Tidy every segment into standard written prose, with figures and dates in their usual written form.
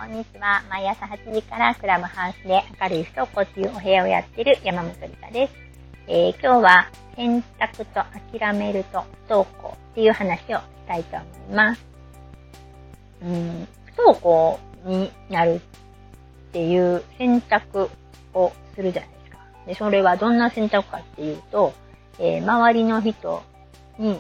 こんにちは。毎朝8時からクラブハウスで明るい不登校というお部屋をやっている山本理香です。今日は選択と諦めると不登校っていう話をしたいと思います。不登校になるっていう選択をするじゃないですか。で、それはどんな選択かっていうと、周りの人に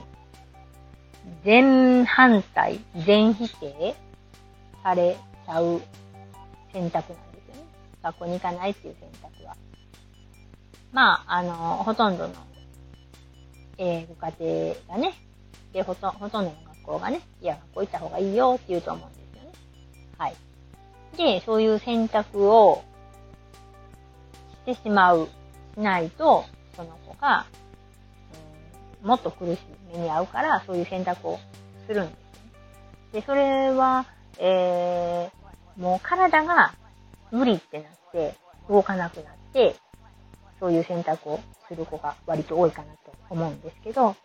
全反対、全否定されちゃう選択なんですよね。学校に行かないっていう選択は。ほとんどの、ご家庭がね、で、ほとんどの学校がね、いや、学校行った方がいいよって言うと思うんですよね。はい。で、そういう選択をしてしまう、しないと、その子が、もっと苦しい目に遭うから、そういう選択をするんですね。で、それは、もう体が無理ってなって、動かなくなって、そういう選択をする子が割と多いかなと思うんですけど、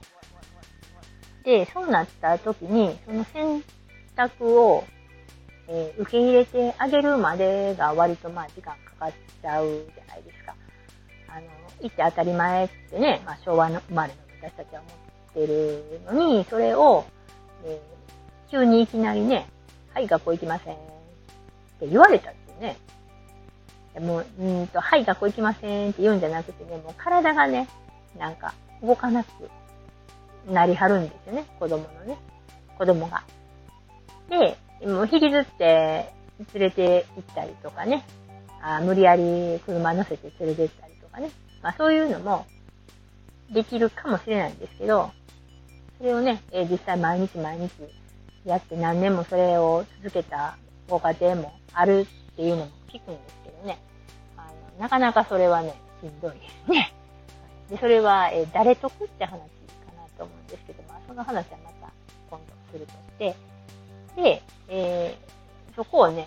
で、そうなった時に、その選択を、受け入れてあげるまでが割と時間かかっちゃうじゃないですか。言って当たり前ってね、昭和の生まれの私たちは思ってるのに、それを、急にいきなりね、はい、学校行きませんって言われたってね、もう、はい、学校行きませんって言うんじゃなくてね、もう体がね、なんか動かなくなりはるんですよね、子供が。で、もう引きずって連れて行ったりとかね、無理やり車乗せて連れて行ったりとかね、そういうのもできるかもしれないんですけど、それをね、実際毎日やって何年もそれを続けたご家庭もあるっていうのも聞くんですけどね、なかなかそれはね、しんどいですね。で、それは、誰得って話かなと思うんですけど、その話はまた今度するとして、で、そこをね、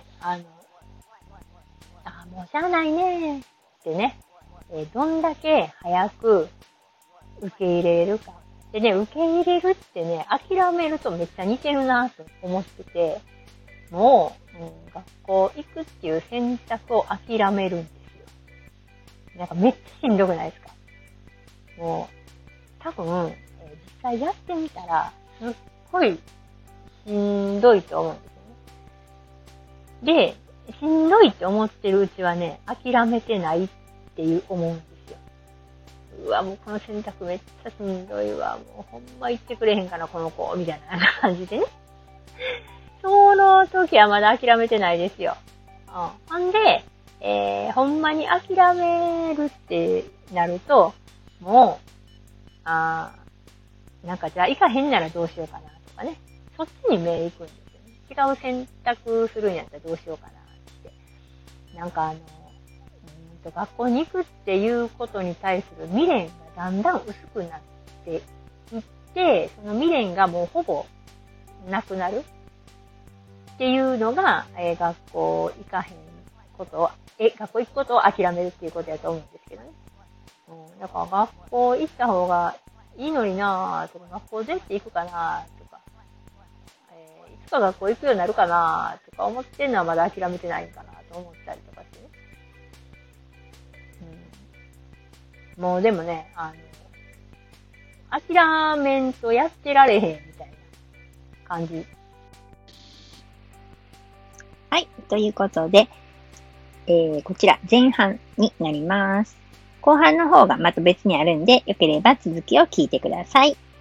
もうしゃあないねってね、どんだけ早く受け入れるか。でね、受け入れるってね、諦めるとめっちゃ似てるなと思ってて、もう、学校行くっていう選択を諦めるんですよ。なんかめっちゃしんどくないですか？もう、多分、実際やってみたら、すっごいしんどいと思うんですよね。で、しんどいって思ってるうちはね、諦めてないって思うんですよ。うわ、もうこの選択めっちゃしんどいわ。もうほんま言ってくれへんかな、この子。みたいな感じでね。その時はまだ諦めてないですよ。ほんで、ほんまに諦めるってなると、もう、なんかじゃあ行かへんならどうしようかなとかね。そっちに目行くんですよね。違う選択するんやったらどうしようかなって。なんか学校に行くっていうことに対する未練がだんだん薄くなっていって、その未練がもうほぼなくなるっていうのが、学校行かへんことを、学校行くことを諦めるっていうことやと思うんですけどね。だから学校行った方がいいのになぁとか、学校全然行くかなぁとか、いつか学校行くようになるかなぁとか思ってんのはまだ諦めてないんかなと思ったりとかしてね。もうでもね、諦めんとやってられへんみたいな感じ。 はい。ということで、こちら前半になります。後半の方がまた別にあるんで、よければ続きを聞いてください。